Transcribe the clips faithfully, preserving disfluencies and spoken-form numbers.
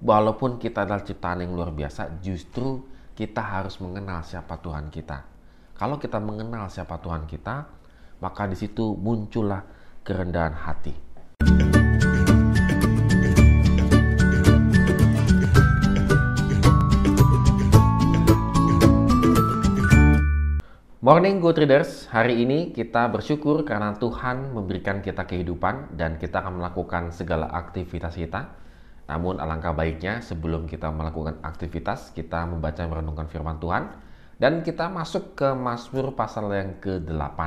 walaupun kita adalah ciptaan yang luar biasa, justru kita harus mengenal siapa Tuhan kita. Kalau kita mengenal siapa Tuhan kita, maka di situ muncullah kerendahan hati. Morning Good Readers, hari ini kita bersyukur karena Tuhan memberikan kita kehidupan dan kita akan melakukan segala aktivitas kita. Namun alangkah baiknya sebelum kita melakukan aktivitas, kita membaca merenungkan firman Tuhan dan kita masuk ke Mazmur pasal yang kedelapan.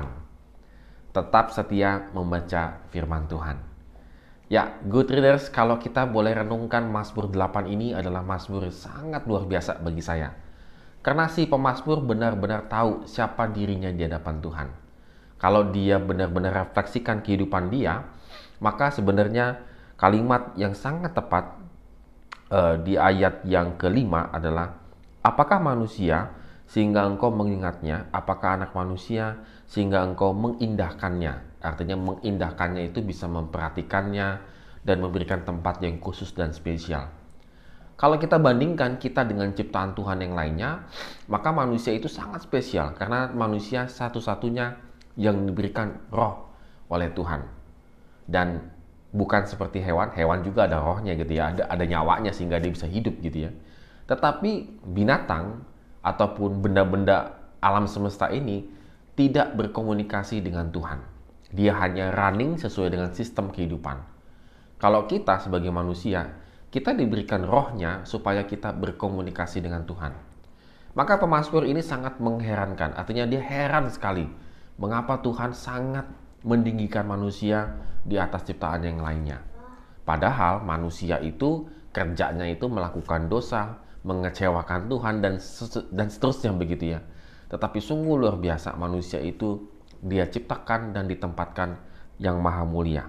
Tetap setia membaca firman Tuhan. Ya, Good Readers, kalau kita boleh renungkan Mazmur delapan ini adalah Mazmur sangat luar biasa bagi saya. Karena si pemazmur benar-benar tahu siapa dirinya di hadapan Tuhan. Kalau dia benar-benar refleksikan kehidupan dia, maka sebenarnya kalimat yang sangat tepat uh, di ayat yang kelima adalah, apakah manusia sehingga engkau mengingatnya, apakah anak manusia sehingga engkau mengindahkannya. Artinya mengindahkannya itu bisa memperhatikannya dan memberikan tempat yang khusus dan spesial. Kalau kita bandingkan kita dengan ciptaan Tuhan yang lainnya, maka manusia itu sangat spesial karena manusia satu-satunya yang diberikan roh oleh Tuhan. Dan bukan seperti hewan, hewan juga ada rohnya gitu ya, ada, ada nyawanya sehingga dia bisa hidup gitu ya. Tetapi binatang ataupun benda-benda alam semesta ini tidak berkomunikasi dengan Tuhan. Dia hanya running sesuai dengan sistem kehidupan. Kalau kita sebagai manusia, kita diberikan rohnya supaya kita berkomunikasi dengan Tuhan. Maka pemazmur ini sangat mengherankan. Artinya dia heran sekali mengapa Tuhan sangat meninggikan manusia di atas ciptaan yang lainnya. Padahal manusia itu kerjanya itu melakukan dosa, mengecewakan Tuhan dan dan seterusnya begitu ya. Tetapi sungguh luar biasa manusia itu dia ciptakan dan ditempatkan yang maha mulia.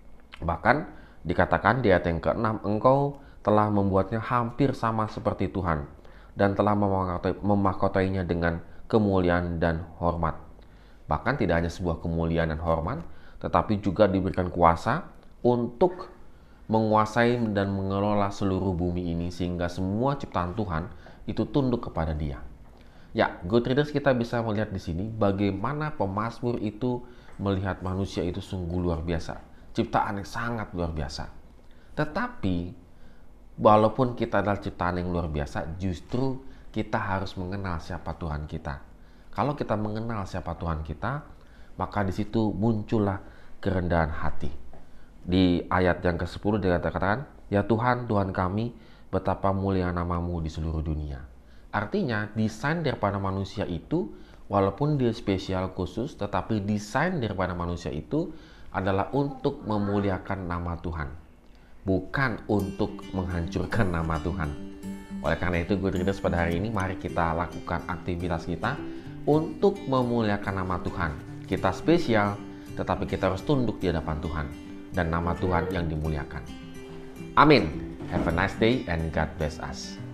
Bahkan dikatakan di ayat yang keenam, engkau telah membuatnya hampir sama seperti Tuhan dan telah memahkotainya dengan kemuliaan dan hormat. Bahkan tidak hanya sebuah kemuliaan dan hormat, tetapi juga diberikan kuasa untuk menguasai dan mengelola seluruh bumi ini sehingga semua ciptaan Tuhan itu tunduk kepada Dia. Ya, Good Readers, kita bisa melihat di sini bagaimana pemazmur itu melihat manusia itu sungguh luar biasa. Ciptaan yang sangat luar biasa. Tetapi walaupun kita adalah ciptaan yang luar biasa, justru kita harus mengenal siapa Tuhan kita. Kalau kita mengenal siapa Tuhan kita, maka di situ muncullah kerendahan hati. Di ayat yang kesepuluh dikatakan, ya Tuhan, Tuhan kami, betapa mulia namamu di seluruh dunia. Artinya desain daripada manusia itu, walaupun dia spesial khusus, tetapi desain daripada manusia itu adalah untuk memuliakan nama Tuhan, bukan untuk menghancurkan nama Tuhan. Oleh karena itu, Good Readers, pada hari ini mari kita lakukan aktivitas kita untuk memuliakan nama Tuhan. Kita spesial, tetapi kita harus tunduk di hadapan Tuhan dan nama Tuhan yang dimuliakan. Amin. Have a nice day and God bless us.